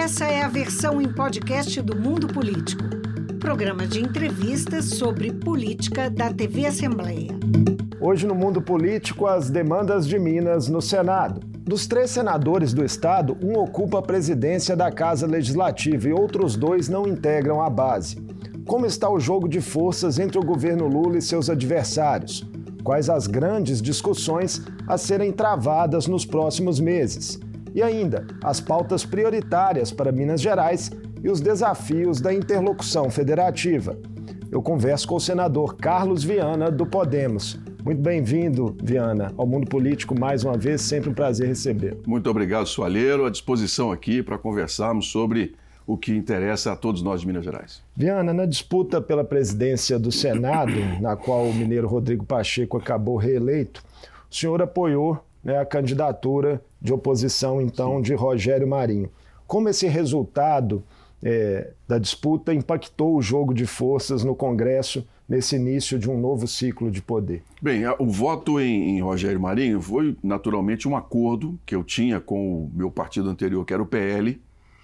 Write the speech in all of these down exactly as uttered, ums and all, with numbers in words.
Essa é a versão em podcast do Mundo Político, programa de entrevistas sobre política da T V Assembleia. Hoje no Mundo Político, as demandas de Minas no Senado. Dos três senadores do estado, um ocupa a presidência da Casa Legislativa e outros dois não integram a base. Como está o jogo de forças entre o governo Lula e seus adversários? Quais as grandes discussões a serem travadas nos próximos meses? E ainda, as pautas prioritárias para Minas Gerais e os desafios da interlocução federativa. Eu converso com o senador Carlos Viana, do Podemos. Muito bem-vindo, Viana, ao Mundo Político mais uma vez, sempre um prazer receber. Muito obrigado, Soalheiro, à disposição aqui para conversarmos sobre o que interessa a todos nós de Minas Gerais. Viana, na disputa pela presidência do Senado, na qual o mineiro Rodrigo Pacheco acabou reeleito, o senhor apoiou, né, a candidatura de oposição, então, Sim. de Rogério Marinho. Como esse resultado é, da disputa impactou o jogo de forças no Congresso nesse início de um novo ciclo de poder? Bem, o voto em, em Rogério Marinho foi naturalmente um acordo que eu tinha com o meu partido anterior, que era o P L.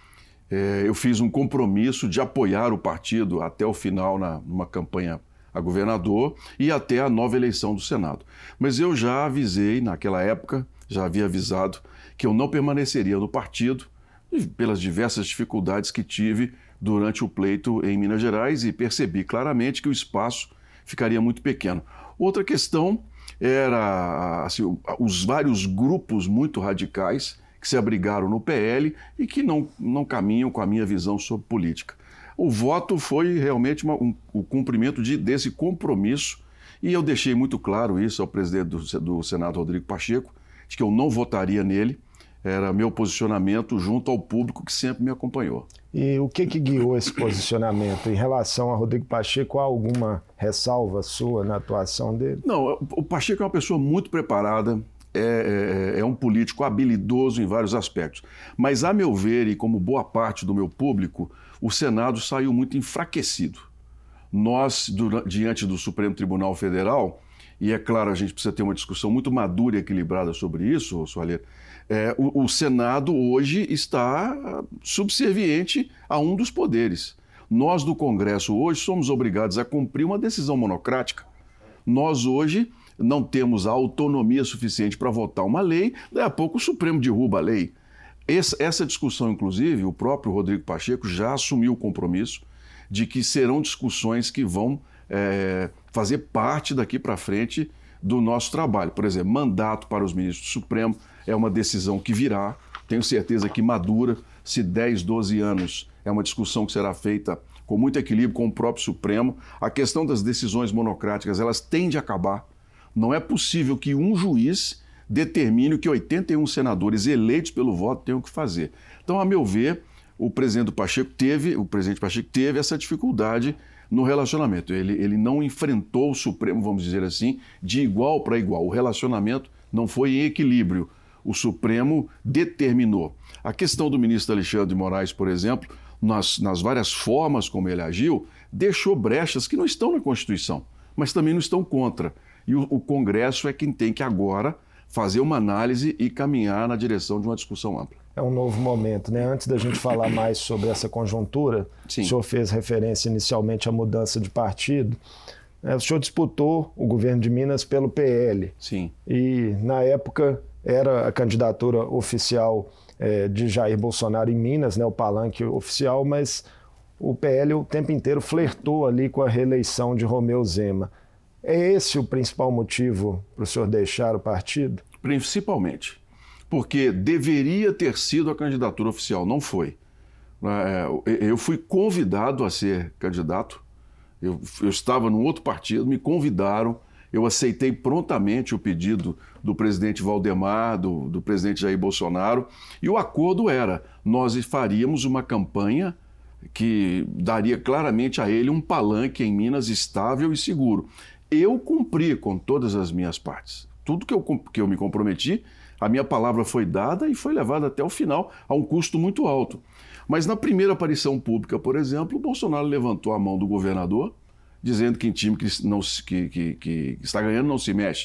É, eu fiz um compromisso de apoiar o partido até o final na, numa campanha a governador e até a nova eleição do Senado. Mas eu já avisei, naquela época, já havia avisado que eu não permaneceria no partido pelas diversas dificuldades que tive durante o pleito em Minas Gerais e percebi claramente que o espaço ficaria muito pequeno. Outra questão era assim, os vários grupos muito radicais que se abrigaram no P L e que não, não caminham com a minha visão sobre política. O voto foi realmente uma, um, o cumprimento de, desse compromisso e eu deixei muito claro isso ao presidente do, do Senado, Rodrigo Pacheco, de que eu não votaria nele. Era meu posicionamento junto ao público que sempre me acompanhou. E o que que guiou esse posicionamento? Em relação a Rodrigo Pacheco, há alguma ressalva sua na atuação dele? Não, o Pacheco é uma pessoa muito preparada, é, é, é um político habilidoso em vários aspectos. Mas, a meu ver, e como boa parte do meu público, o Senado saiu muito enfraquecido. Nós, durante, diante do Supremo Tribunal Federal, e é claro, a gente precisa ter uma discussão muito madura e equilibrada sobre isso, Soalheiro, É, o, o Senado hoje está subserviente a um dos poderes. Nós do Congresso hoje somos obrigados a cumprir uma decisão monocrática. Nós hoje não temos a autonomia suficiente para votar uma lei, daí a pouco o Supremo derruba a lei. Essa, essa discussão, inclusive, o próprio Rodrigo Pacheco já assumiu o compromisso de que serão discussões que vão é, fazer parte daqui para frente do nosso trabalho. Por exemplo, mandato para os ministros do Supremo é uma decisão que virá, tenho certeza que madura, se dez, doze anos é uma discussão que será feita com muito equilíbrio com o próprio Supremo. A questão das decisões monocráticas, elas têm de acabar. Não é possível que um juiz determine o que oitenta e um senadores eleitos pelo voto tenham que fazer. Então, a meu ver, o presidente Pacheco teve, o presidente Pacheco teve essa dificuldade no relacionamento. Ele, ele não enfrentou o Supremo, vamos dizer assim, de igual para igual. O relacionamento não foi em equilíbrio. O Supremo determinou. A questão do ministro Alexandre de Moraes, por exemplo, nas, nas várias formas como ele agiu, deixou brechas que não estão na Constituição, mas também não estão contra. E o, o Congresso é quem tem que agora fazer uma análise e caminhar na direção de uma discussão ampla. É um novo momento, né? Antes da gente falar mais sobre essa conjuntura, Sim. o senhor fez referência inicialmente à mudança de partido. O senhor disputou o governo de Minas pelo P L. Sim. E, na época, era a candidatura oficial é, de Jair Bolsonaro em Minas, né, o palanque oficial, mas o P L o tempo inteiro flertou ali com a reeleição de Romeu Zema. É esse o principal motivo para o senhor deixar o partido? Principalmente. Porque deveria ter sido a candidatura oficial, não foi. Eu fui convidado a ser candidato, eu, eu estava num outro partido, me convidaram, eu aceitei prontamente o pedido do presidente Valdemar, do, do presidente Jair Bolsonaro, e o acordo era, nós faríamos uma campanha que daria claramente a ele um palanque em Minas estável e seguro. Eu cumpri com todas as minhas partes. Tudo que eu, que eu me comprometi, a minha palavra foi dada e foi levada até o final a um custo muito alto. Mas na primeira aparição pública, por exemplo, o Bolsonaro levantou a mão do governador, dizendo que em time que, não, que, que, que está ganhando não se mexe.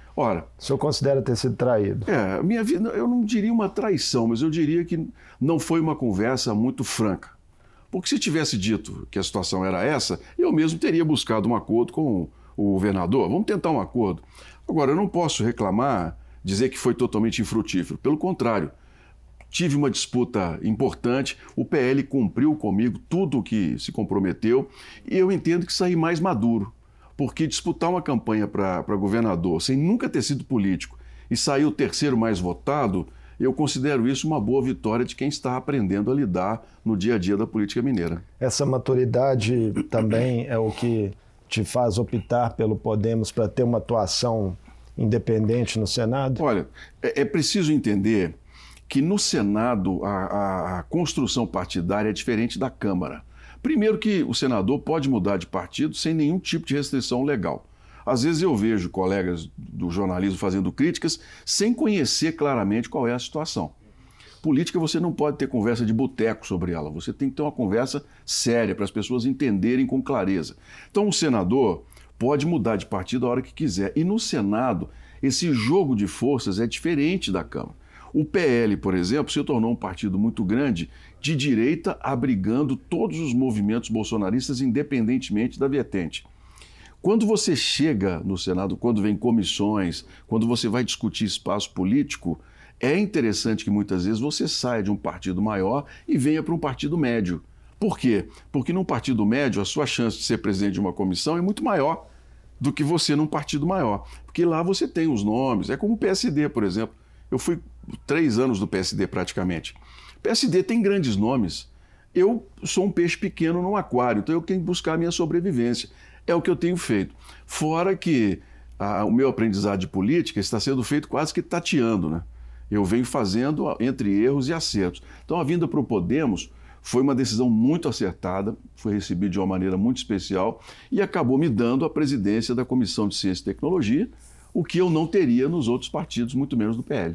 Ora, o senhor considera ter sido traído? É, minha vida, eu não diria uma traição, mas eu diria que não foi uma conversa muito franca. Porque se tivesse dito que a situação era essa, eu mesmo teria buscado um acordo com o governador. Vamos tentar um acordo. Agora, eu não posso reclamar, dizer que foi totalmente infrutífero. Pelo contrário, tive uma disputa importante, o P L cumpriu comigo tudo o que se comprometeu e eu entendo que saí mais maduro. Porque disputar uma campanha para governador sem nunca ter sido político e sair o terceiro mais votado, eu considero isso uma boa vitória de quem está aprendendo a lidar no dia a dia da política mineira. Essa maturidade também é o que te faz optar pelo Podemos para ter uma atuação independente no Senado? Olha, é, é preciso entender que no Senado a, a, a construção partidária é diferente da Câmara. Primeiro que o senador pode mudar de partido sem nenhum tipo de restrição legal. Às vezes eu vejo colegas do jornalismo fazendo críticas sem conhecer claramente qual é a situação. Política você não pode ter conversa de boteco sobre ela, você tem que ter uma conversa séria para as pessoas entenderem com clareza. Então o senador pode mudar de partido a hora que quiser. E no Senado, esse jogo de forças é diferente da Câmara. O P L, por exemplo, se tornou um partido muito grande de direita, abrigando todos os movimentos bolsonaristas, independentemente da vertente. Quando você chega no Senado, quando vem comissões, quando você vai discutir espaço político, é interessante que muitas vezes você saia de um partido maior e venha para um partido médio. Por quê? Porque num partido médio a sua chance de ser presidente de uma comissão é muito maior do que você num partido maior. Porque lá você tem os nomes, é como o P S D, por exemplo. Eu fui três anos do P S D praticamente. O P S D tem grandes nomes. Eu sou um peixe pequeno num aquário, então eu tenho que buscar a minha sobrevivência. É o que eu tenho feito. Fora que ah, o meu aprendizado de política está sendo feito quase que tateando, né? Eu venho fazendo entre erros e acertos. Então a vinda para o Podemos foi uma decisão muito acertada, foi recebida de uma maneira muito especial e acabou me dando a presidência da Comissão de Ciência e Tecnologia, o que eu não teria nos outros partidos, muito menos no P L.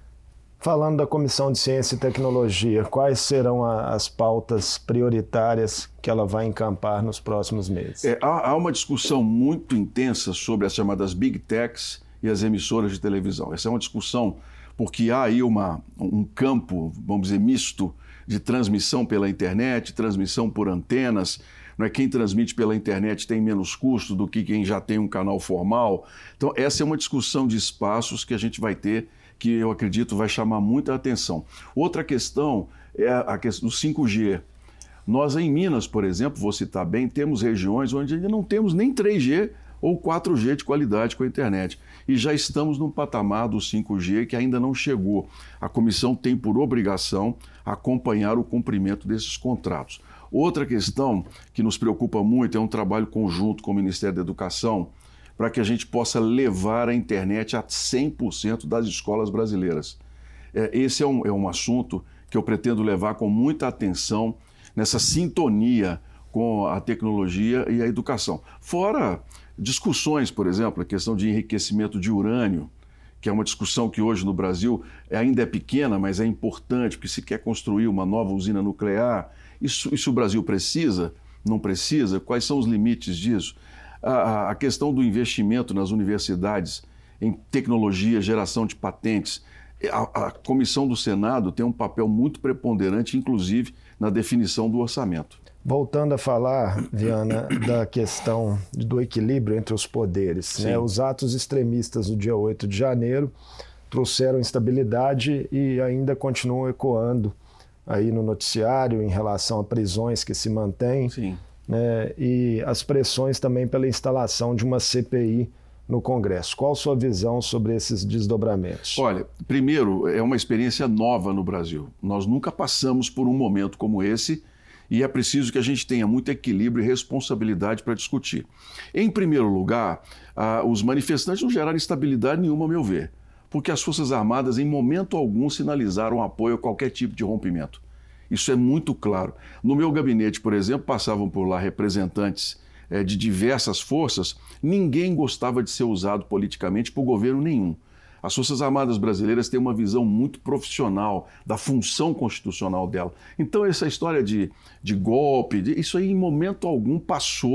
Falando da Comissão de Ciência e Tecnologia, quais serão a, as pautas prioritárias que ela vai encampar nos próximos meses? É, há, há uma discussão muito intensa sobre as chamadas Big Techs e as emissoras de televisão. Essa é uma discussão porque há aí uma, um campo, vamos dizer, misto de transmissão pela internet, transmissão por antenas. Não é? Quem transmite pela internet tem menos custo do que quem já tem um canal formal. Então, essa é uma discussão de espaços que a gente vai ter, que eu acredito vai chamar muita atenção. Outra questão é a questão do cinco G. Nós em Minas, por exemplo, vou citar bem, temos regiões onde ainda não temos nem três G ou quatro G de qualidade com a internet. E já estamos num patamar do cinco G que ainda não chegou. A comissão tem por obrigação acompanhar o cumprimento desses contratos. Outra questão que nos preocupa muito é um trabalho conjunto com o Ministério da Educação para que a gente possa levar a internet a cem por cento das escolas brasileiras. Esse é um, é um assunto que eu pretendo levar com muita atenção nessa sintonia com a tecnologia e a educação. Fora discussões, por exemplo, a questão de enriquecimento de urânio, que é uma discussão que hoje no Brasil ainda é pequena, mas é importante, porque se quer construir uma nova usina nuclear, isso, isso o Brasil precisa? Não precisa? Quais são os limites disso? A, a questão do investimento nas universidades em tecnologia, geração de patentes. A, a Comissão do Senado tem um papel muito preponderante, inclusive, na definição do orçamento. Voltando a falar, Viana, da questão do equilíbrio entre os poderes, né? Os atos extremistas do dia oito de janeiro trouxeram instabilidade e ainda continuam ecoando aí no noticiário em relação a prisões que se mantêm, Sim. né? E as pressões também pela instalação de uma C P I no Congresso. Qual a sua visão sobre esses desdobramentos? Olha, primeiro, é uma experiência nova no Brasil. Nós nunca passamos por um momento como esse e é preciso que a gente tenha muito equilíbrio e responsabilidade para discutir. Em primeiro lugar, ah, os manifestantes não geraram instabilidade nenhuma, a meu ver, porque as Forças Armadas em momento algum sinalizaram apoio a qualquer tipo de rompimento. Isso é muito claro. No meu gabinete, por exemplo, passavam por lá representantes eh, de diversas forças, ninguém gostava de ser usado politicamente por governo nenhum. As Forças Armadas brasileiras têm uma visão muito profissional da função constitucional dela. Então essa história de, de golpe, de, isso aí em momento algum passou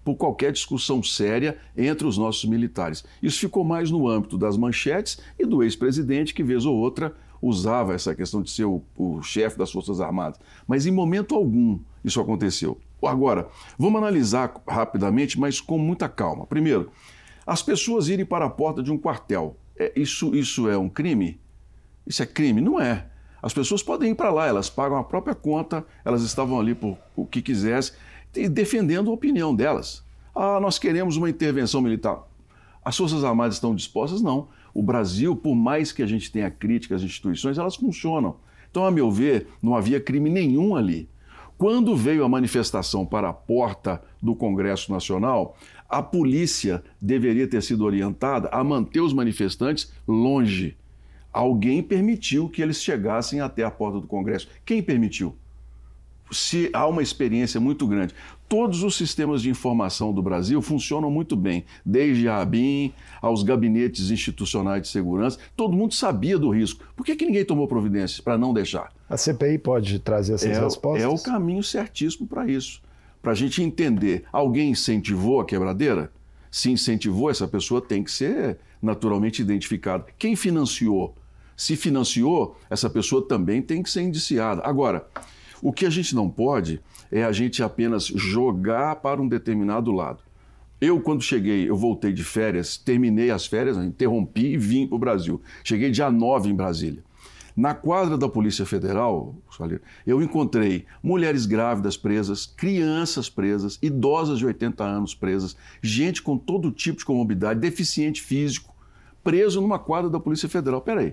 por qualquer discussão séria entre os nossos militares. Isso ficou mais no âmbito das manchetes e do ex-presidente, que vez ou outra usava essa questão de ser o, o chefe das Forças Armadas. Mas em momento algum isso aconteceu. Agora, vamos analisar rapidamente, mas com muita calma. Primeiro, as pessoas irem para a porta de um quartel, é, isso, isso é um crime? Isso é crime? Não é. As pessoas podem ir para lá, elas pagam a própria conta, elas estavam ali por o que quisessem, e defendendo a opinião delas. Ah, nós queremos uma intervenção militar. As Forças Armadas estão dispostas? Não. O Brasil, por mais que a gente tenha críticas às instituições, elas funcionam. Então, a meu ver, não havia crime nenhum ali. Quando veio a manifestação para a porta do Congresso Nacional, a polícia deveria ter sido orientada a manter os manifestantes longe. Alguém permitiu que eles chegassem até a porta do Congresso. Quem permitiu? Se há uma experiência muito grande. Todos os sistemas de informação do Brasil funcionam muito bem, desde a ABIN aos gabinetes institucionais de segurança. Todo mundo sabia do risco. Por que que ninguém tomou providências para não deixar? A C P I pode trazer essas é, respostas? É o caminho certíssimo para isso. Para a gente entender, alguém incentivou a quebradeira? Se incentivou, essa pessoa tem que ser naturalmente identificada. Quem financiou? Se financiou, essa pessoa também tem que ser indiciada. Agora, o que a gente não pode é a gente apenas jogar para um determinado lado. Eu, quando cheguei, eu voltei de férias, terminei as férias, interrompi e vim para o Brasil. Cheguei dia nove em Brasília. Na quadra da Polícia Federal, eu encontrei mulheres grávidas presas, crianças presas, idosas de oitenta anos presas, gente com todo tipo de comorbidade, deficiente físico, preso numa quadra da Polícia Federal. Peraí.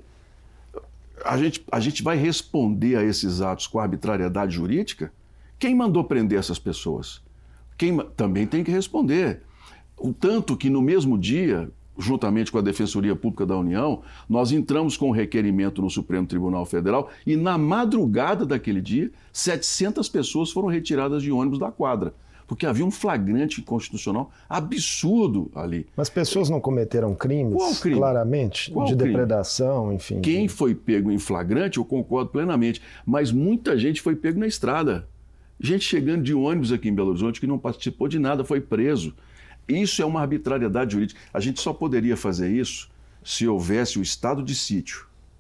A gente, a gente vai responder a esses atos com arbitrariedade jurídica? Quem mandou prender essas pessoas? Quem também tem que responder. O tanto que no mesmo dia, juntamente com a Defensoria Pública da União, nós entramos com um requerimento no Supremo Tribunal Federal e na madrugada daquele dia, setecentas pessoas foram retiradas de ônibus da quadra. Porque havia um flagrante constitucional absurdo ali. Mas pessoas não cometeram crimes, Qual crime? claramente, Qual de crime? depredação, enfim. Quem foi pego em flagrante, eu concordo plenamente, mas muita gente foi pego na estrada. Gente chegando de ônibus aqui em Belo Horizonte que não participou de nada, foi preso. Isso é uma arbitrariedade jurídica. A gente só poderia fazer isso se houvesse o estado de sítio.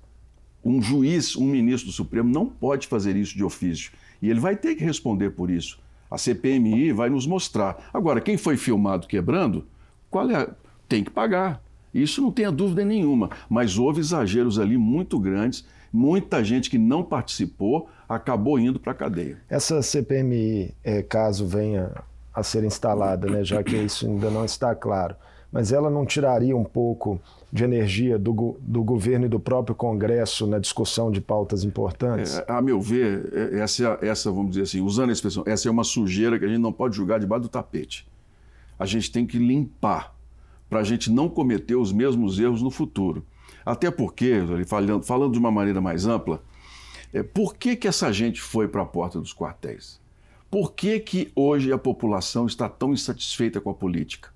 Um juiz, um ministro do Supremo não pode fazer isso de ofício. E ele vai ter que responder por isso. A C P M I vai nos mostrar. Agora, quem foi filmado quebrando, qual é a... tem que pagar. Isso não tenha dúvida nenhuma. Mas houve exageros ali muito grandes. Muita gente que não participou acabou indo para a cadeia. Essa C P M I, é, caso venha a ser instalada, né, já que isso ainda não está claro, mas ela não tiraria um pouco de energia do, do governo e do próprio Congresso na discussão de pautas importantes? É, a meu ver, essa, essa, vamos dizer assim, usando a expressão, essa é uma sujeira que a gente não pode jogar debaixo do tapete. A gente tem que limpar para a gente não cometer os mesmos erros no futuro. Até porque, falando, falando de uma maneira mais ampla, é, por que que essa gente foi para a porta dos quartéis? Por que que hoje a população está tão insatisfeita com a política?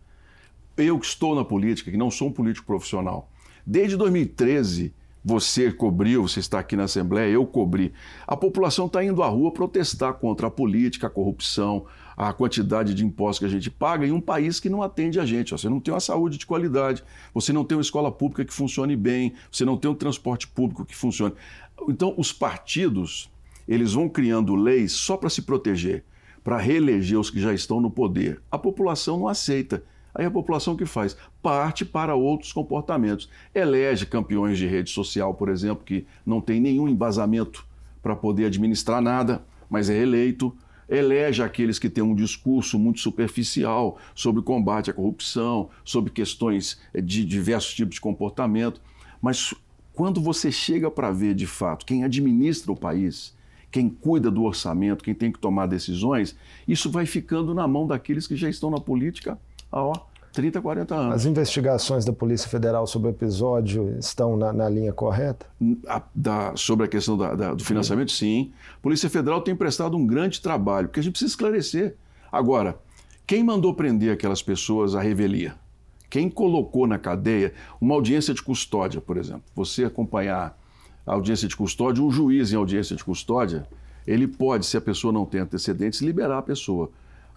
Eu que estou na política, que não sou um político profissional, desde dois mil e treze, você cobriu, você está aqui na Assembleia, eu cobri. A população está indo à rua protestar contra a política, a corrupção, a quantidade de impostos que a gente paga em um país que não atende a gente. Você não tem uma saúde de qualidade, você não tem uma escola pública que funcione bem, você não tem um transporte público que funcione. Então, os partidos, eles vão criando leis só para se proteger, para reeleger os que já estão no poder. A população não aceita. Aí a população que faz? Parte para outros comportamentos. Elege campeões de rede social, por exemplo, que não tem nenhum embasamento para poder administrar nada, mas é eleito. Elege aqueles que têm um discurso muito superficial sobre combate à corrupção, sobre questões de diversos tipos de comportamento. Mas quando você chega para ver, de fato, quem administra o país, quem cuida do orçamento, quem tem que tomar decisões, isso vai ficando na mão daqueles que já estão na política há ó, trinta, quarenta anos. As investigações da Polícia Federal sobre o episódio estão na, na linha correta? A, da, sobre a questão da, da, do financiamento, sim. A Polícia Federal tem prestado um grande trabalho, porque a gente precisa esclarecer. Agora, quem mandou prender aquelas pessoas à revelia? Quem colocou na cadeia uma audiência de custódia, por exemplo? Você acompanhar a audiência de custódia, um juiz em audiência de custódia, ele pode, se a pessoa não tem antecedentes, liberar a pessoa.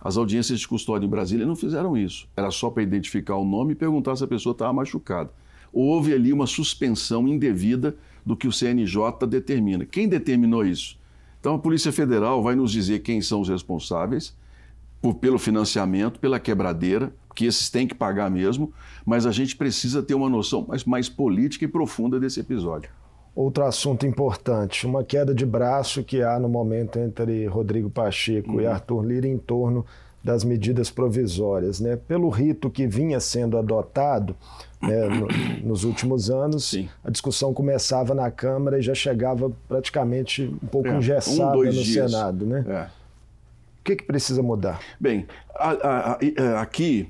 As audiências de custódia em Brasília não fizeram isso. Era só para identificar o nome e perguntar se a pessoa estava machucada. Houve ali uma suspensão indevida do que o C N J determina. Quem determinou isso? Então a Polícia Federal vai nos dizer quem são os responsáveis por, pelo financiamento, pela quebradeira, que esses têm que pagar mesmo, mas a gente precisa ter uma noção mais, mais política e profunda desse episódio. Outro assunto importante, uma queda de braço que há no momento entre Rodrigo Pacheco uhum. e Arthur Lira em torno das medidas provisórias, né? Pelo rito que vinha sendo adotado, né, no, nos últimos anos, Sim. a discussão começava na Câmara e já chegava praticamente um pouco é, engessada um, no dias. Senado, né? É. O que, que precisa mudar? Bem, a, a, a, aqui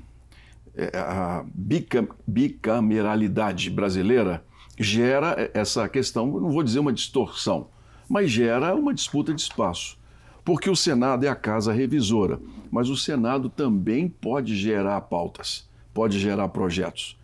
a bicam, bicameralidade brasileira gera essa questão, não vou dizer uma distorção, mas gera uma disputa de espaço. Porque o Senado é a casa revisora, mas o Senado também pode gerar pautas, pode gerar projetos.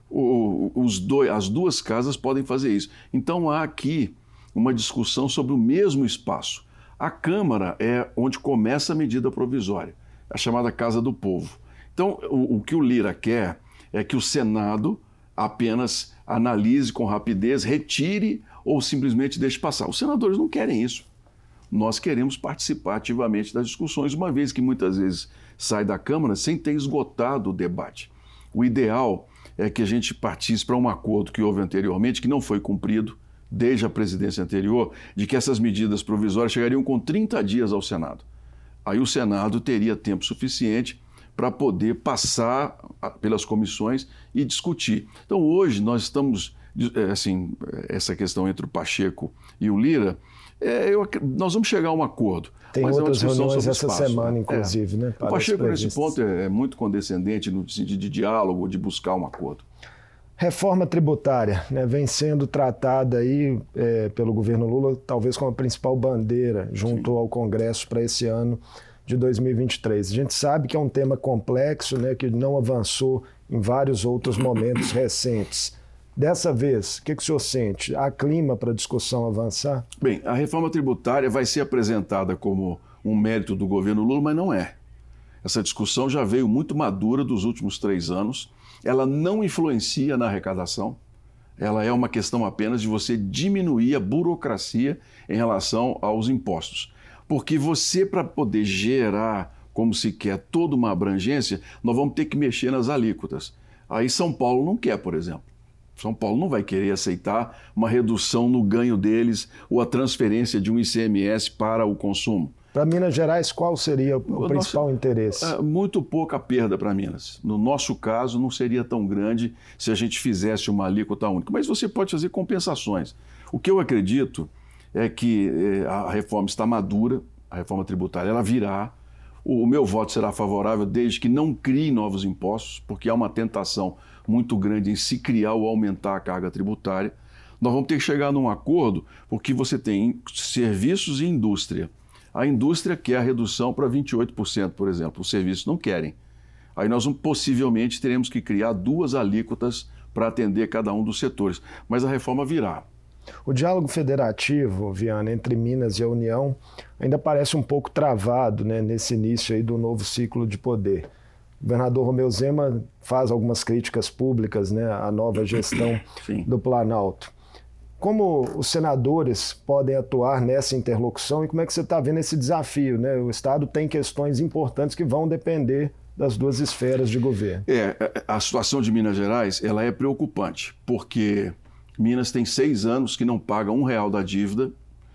O, os dois, as duas casas podem fazer isso. Então há aqui uma discussão sobre o mesmo espaço. A Câmara é onde começa a medida provisória, a chamada Casa do Povo. Então o, o que o Lira quer é que o Senado apenas analise com rapidez, retire ou simplesmente deixe passar. Os senadores não querem isso. Nós queremos participar ativamente das discussões, uma vez que muitas vezes sai da Câmara sem ter esgotado o debate. O ideal é que a gente partisse para um acordo que houve anteriormente, que não foi cumprido desde a presidência anterior, de que essas medidas provisórias chegariam com trinta dias ao Senado. Aí o Senado teria tempo suficiente para poder passar pelas comissões e discutir. Então hoje nós estamos, assim, essa questão entre o Pacheco e o Lira, é, eu, nós vamos chegar a um acordo. Tem mas outras é uma reuniões essa espaço, semana, inclusive, é. né? O Pacheco nesse ponto é, é muito condescendente no sentido de diálogo, de buscar um acordo. Reforma tributária, né, vem sendo tratada aí é, pelo governo Lula, talvez como a principal bandeira junto Sim. ao Congresso para esse ano de dois mil e vinte e três. A gente sabe que é um tema complexo, né, que não avançou em vários outros momentos recentes. Dessa vez, o que, que o senhor sente? Há clima para a discussão avançar? Bem, a reforma tributária vai ser apresentada como um mérito do governo Lula, mas não é. Essa discussão já veio muito madura dos últimos três anos. Ela não influencia na arrecadação. Ela é uma questão apenas de você diminuir a burocracia em relação aos impostos. Porque você, para poder gerar, como se quer, toda uma abrangência, nós vamos ter que mexer nas alíquotas. Aí São Paulo não quer, por exemplo. São Paulo não vai querer aceitar uma redução no ganho deles ou a transferência de um I C M S para o consumo. Para Minas Gerais, qual seria o, o principal nosso, interesse? É, muito pouca perda para Minas. No nosso caso, não seria tão grande se a gente fizesse uma alíquota única. Mas você pode fazer compensações. O que eu acredito é que é, a reforma está madura, a reforma tributária, ela virá. O, o meu voto será favorável desde que não crie novos impostos, porque há uma tentação muito grande em se criar ou aumentar a carga tributária. Nós vamos ter que chegar num acordo, porque você tem serviços e indústria. A indústria quer a redução para vinte e oito por cento, por exemplo. Os serviços não querem. Aí nós possivelmente teremos que criar duas alíquotas para atender cada um dos setores. Mas a reforma virá. O diálogo federativo, Viana, entre Minas e a União ainda parece um pouco travado, né, nesse início aí do novo ciclo de poder. O governador Romeu Zema faz algumas críticas públicas, né, à nova gestão do Planalto. Como os senadores podem atuar nessa interlocução e como é que você está vendo esse desafio, né? O Estado tem questões importantes que vão depender das duas esferas de governo. É, a situação de Minas Gerais, ela é preocupante, porque Minas tem seis anos que não paga um real da dívida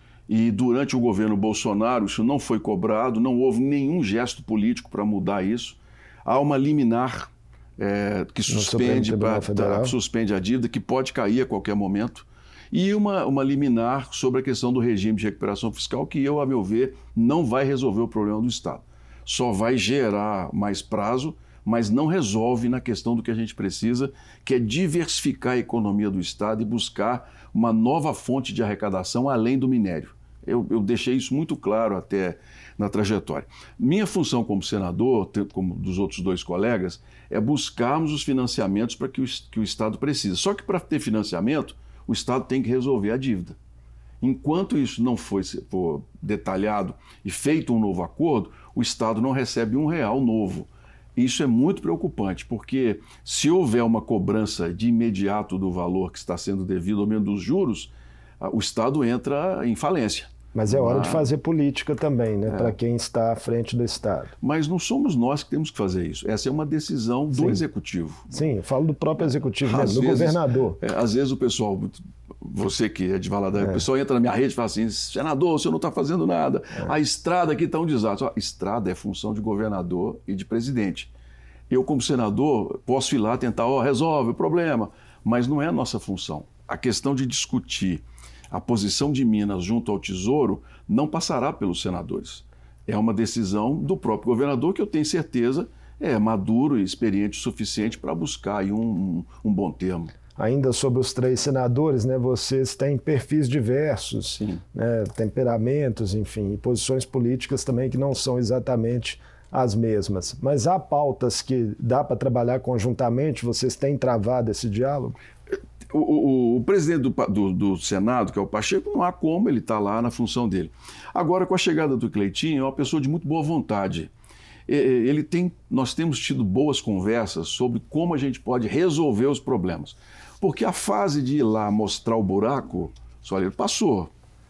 e durante o governo Bolsonaro isso não foi cobrado, não houve nenhum gesto político para mudar isso. Há uma liminar é, que suspende, pra, tá, suspende a dívida, que pode cair a qualquer momento. E uma, uma liminar sobre a questão do regime de recuperação fiscal, que eu, a meu ver, não vai resolver o problema do Estado. Só vai gerar mais prazo, mas não resolve na questão do que a gente precisa, que é diversificar a economia do Estado e buscar uma nova fonte de arrecadação além do minério. Eu, eu deixei isso muito claro até na trajetória. Minha função como senador, como dos outros dois colegas, é buscarmos os financiamentos para que o, que o Estado precisa. Só que para ter financiamento, o Estado tem que resolver a dívida. Enquanto isso não foi for detalhado e feito um novo acordo, o Estado não recebe um real novo. Isso é muito preocupante, porque se houver uma cobrança de imediato do valor que está sendo devido, ao menos dos juros, o Estado entra em falência. Mas é hora ah, de fazer política também, né, é. para quem está à frente do Estado. Mas não somos nós que temos que fazer isso. Essa é uma decisão do Sim. Executivo. Sim, eu falo do próprio Executivo, né, do governador. É, às vezes o pessoal, você que é de Valadares, é. o pessoal entra na minha rede e fala assim, senador, o senhor não está fazendo nada, é. a estrada aqui está um desastre. A estrada é função de governador e de presidente. Eu, como senador, posso ir lá tentar, ó, resolve o problema, mas não é a nossa função. A questão de discutir a posição de Minas junto ao Tesouro não passará pelos senadores. É uma decisão do próprio governador que eu tenho certeza é maduro e experiente o suficiente para buscar aí um, um, um bom termo. Ainda sobre os três senadores, né, vocês têm perfis diversos, né, temperamentos, enfim, e posições políticas também que não são exatamente as mesmas. Mas há pautas que dá para trabalhar conjuntamente? Vocês têm travado esse diálogo? O, o, o presidente do, do, do Senado, que é o Pacheco, não há como, ele está lá na função dele. Agora, com a chegada do Cleitinho, é uma pessoa de muito boa vontade. Ele tem, nós temos tido boas conversas sobre como a gente pode resolver os problemas. Porque a fase de ir lá mostrar o buraco, só ele passou.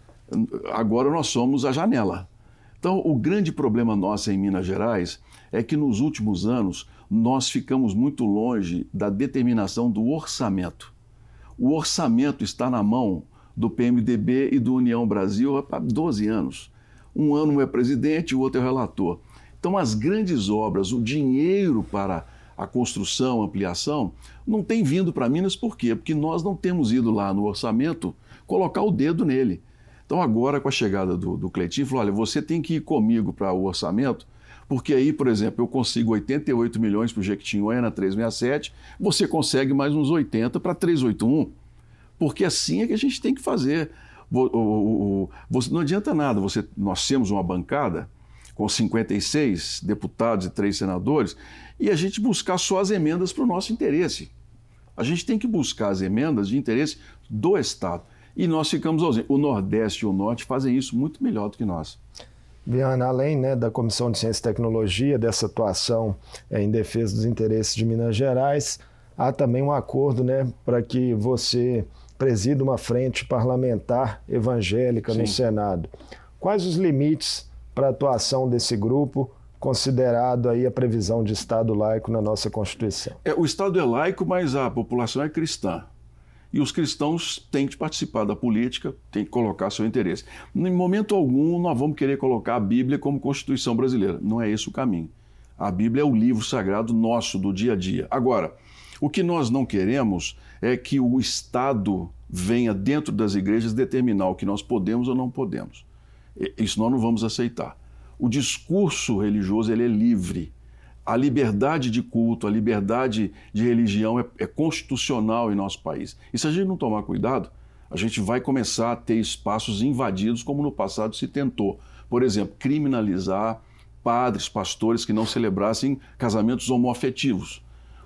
Agora nós somos a janela. Então, o grande problema nosso em Minas Gerais é que nos últimos anos nós ficamos muito longe da determinação do orçamento. O orçamento está na mão do P M D B e do União Brasil há doze anos. Um ano um é presidente, o outro é o relator. Então, as grandes obras, o dinheiro para a construção, ampliação, não tem vindo para Minas. Por quê? Porque nós não temos ido lá no orçamento colocar o dedo nele. Então, agora, com a chegada do, do Cleitinho, falou, olha, você tem que ir comigo para o orçamento, porque aí, por exemplo, eu consigo oitenta e oito milhões para o Jequitinhonha na trezentos e sessenta e sete, você consegue mais uns oitenta para trezentos e oitenta e um, porque assim é que a gente tem que fazer. O, o, o, não adianta nada, você, nós temos uma bancada com cinquenta e seis deputados e três senadores, e a gente buscar só as emendas para o nosso interesse. A gente tem que buscar as emendas de interesse do Estado. E nós ficamos ausentes. O Nordeste e o Norte fazem isso muito melhor do que nós. Viana, além, né, da Comissão de Ciência e Tecnologia, dessa atuação é, em defesa dos interesses de Minas Gerais, há também um acordo, né, para que você presida uma frente parlamentar evangélica Sim. no Senado. Quais os limites para a atuação desse grupo, considerado aí a previsão de Estado laico na nossa Constituição? É, o Estado é laico, mas a população é cristã. E os cristãos têm que participar da política, têm que colocar seu interesse. Em momento algum, nós vamos querer colocar a Bíblia como Constituição brasileira. Não é esse o caminho. A Bíblia é o livro sagrado nosso, do dia a dia. Agora, o que nós não queremos é que o Estado venha dentro das igrejas determinar o que nós podemos ou não podemos. Isso nós não vamos aceitar. O discurso religioso ele é livre. A liberdade de culto, a liberdade de religião é, é constitucional em nosso país. E se a gente não tomar cuidado, a gente vai começar a ter espaços invadidos, como no passado se tentou. Por exemplo, criminalizar padres, pastores que não celebrassem casamentos homoafetivos.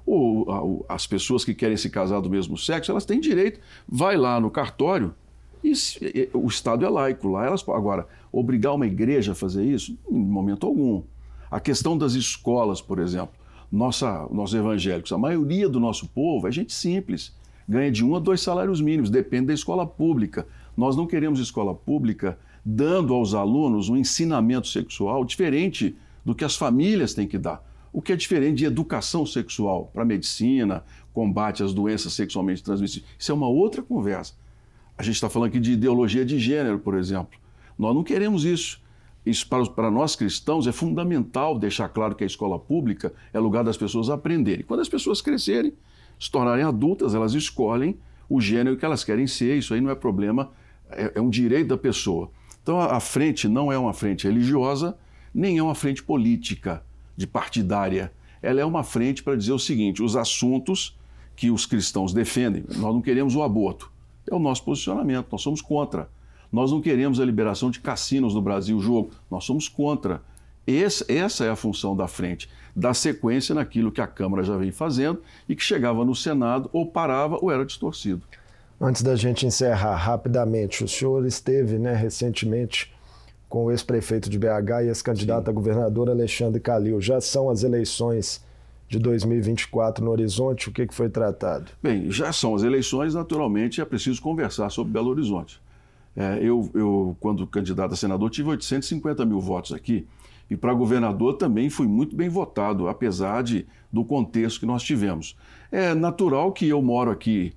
Ou as pessoas que querem se casar do mesmo sexo, elas têm direito. Vai lá no cartório e se, o Estado é laico lá. Elas, agora, obrigar uma igreja a fazer isso? Em momento algum. A questão das escolas, por exemplo, nossa, nós evangélicos, a maioria do nosso povo é gente simples, ganha de um a dois salários mínimos, depende da escola pública. Nós não queremos escola pública dando aos alunos um ensinamento sexual diferente do que as famílias têm que dar. O que é diferente de educação sexual para a medicina, combate às doenças sexualmente transmissíveis. Isso é uma outra conversa. A gente está falando aqui de ideologia de gênero, por exemplo. Nós não queremos isso. Isso para, para nós cristãos é fundamental deixar claro que a escola pública é lugar das pessoas aprenderem. Quando as pessoas crescerem, se tornarem adultas, elas escolhem o gênero que elas querem ser. Isso aí não é problema, é, é um direito da pessoa. Então a, a frente não é uma frente religiosa, nem é uma frente política, de partidária. Ela é uma frente para dizer o seguinte, os assuntos que os cristãos defendem, nós não queremos o aborto. É o nosso posicionamento, nós somos contra. Nós não queremos a liberação de cassinos no Brasil, jogo. Nós somos contra. Esse, essa é a função da frente, dar sequência naquilo que a Câmara já vem fazendo e que chegava no Senado ou parava ou era distorcido. Antes da gente encerrar rapidamente, o senhor esteve, né, recentemente com o ex-prefeito de B H e ex-candidato a governador Alexandre Calil. Já são as eleições de dois mil e vinte e quatro no horizonte, o que, que foi tratado? Bem, já são as eleições, naturalmente é preciso conversar sobre Belo Horizonte. É, eu, eu, quando candidato a senador, tive oitocentos e cinquenta mil votos aqui, e para governador também fui muito bem votado, apesar de, do contexto que nós tivemos. É natural que eu moro aqui,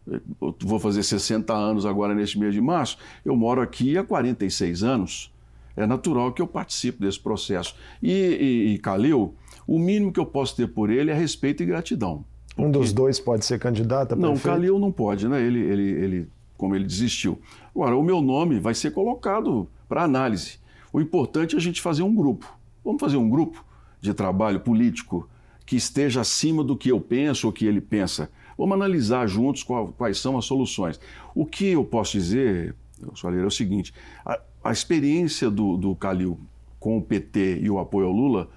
eu vou fazer sessenta anos agora neste mês de março, eu moro aqui há quarenta e seis anos, é natural que eu participe desse processo. E, e, e Calil, o mínimo que eu posso ter por ele é respeito e gratidão. Porque... Um dos dois pode ser candidato a prefeito? Não, Calil não pode, né? Ele, ele, ele, como ele desistiu. Agora, o meu nome vai ser colocado para análise. O importante é a gente fazer um grupo. Vamos fazer um grupo de trabalho político que esteja acima do que eu penso ou que ele pensa. Vamos analisar juntos qual, quais são as soluções. O que eu posso dizer, Soalheiro, é o seguinte, a, a experiência do, do Calil com o P T e o apoio ao Lula,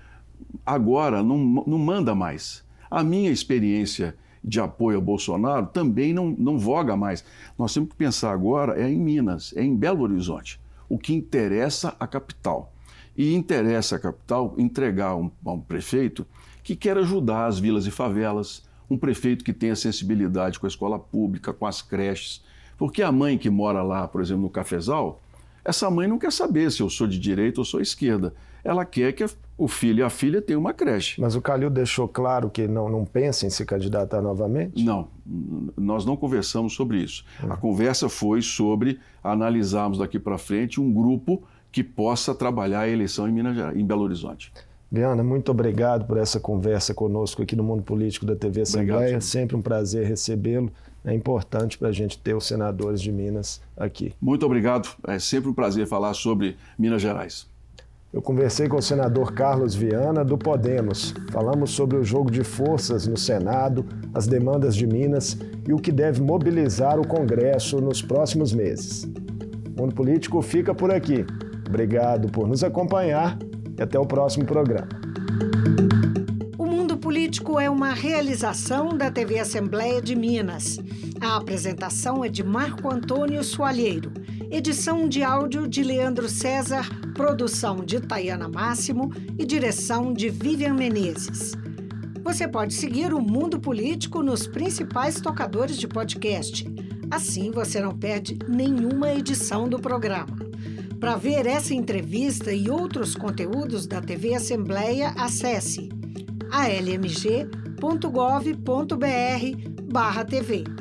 agora não, não manda mais. A minha experiência de apoio ao Bolsonaro também não, não voga mais. Nós temos que pensar agora é em Minas, é em Belo Horizonte. O que interessa a capital. E interessa a capital entregar um, a um prefeito que quer ajudar as vilas e favelas, um prefeito que tenha sensibilidade com a escola pública, com as creches. Porque a mãe que mora lá, por exemplo, no Cafezal, essa mãe não quer saber se eu sou de direita ou sou esquerda. Ela quer que o filho e a filha tenham uma creche. Mas o Calil deixou claro que não, não pensa em se candidatar novamente? Não, nós não conversamos sobre isso. Hum. A conversa foi sobre analisarmos daqui para frente um grupo que possa trabalhar a eleição em Minas Gerais, em Belo Horizonte. Viana, muito obrigado por essa conversa conosco aqui no Mundo Político da T V Assembleia. Obrigado, sempre um prazer recebê-lo. É importante para a gente ter os senadores de Minas aqui. Muito obrigado. É sempre um prazer falar sobre Minas Gerais. Eu conversei com o senador Carlos Viana, do Podemos. Falamos sobre o jogo de forças no Senado, as demandas de Minas e o que deve mobilizar o Congresso nos próximos meses. O Mundo Político fica por aqui. Obrigado por nos acompanhar e até o próximo programa. O Mundo Político é uma realização da T V Assembleia de Minas. A apresentação é de Marco Antônio Soalheiro. Edição de áudio de Leandro César, produção de Tayana Máximo e direção de Vivian Menezes. Você pode seguir o Mundo Político nos principais tocadores de podcast. Assim você não perde nenhuma edição do programa. Para ver essa entrevista e outros conteúdos da T V Assembleia, acesse a l m g ponto gov ponto b r barra T V.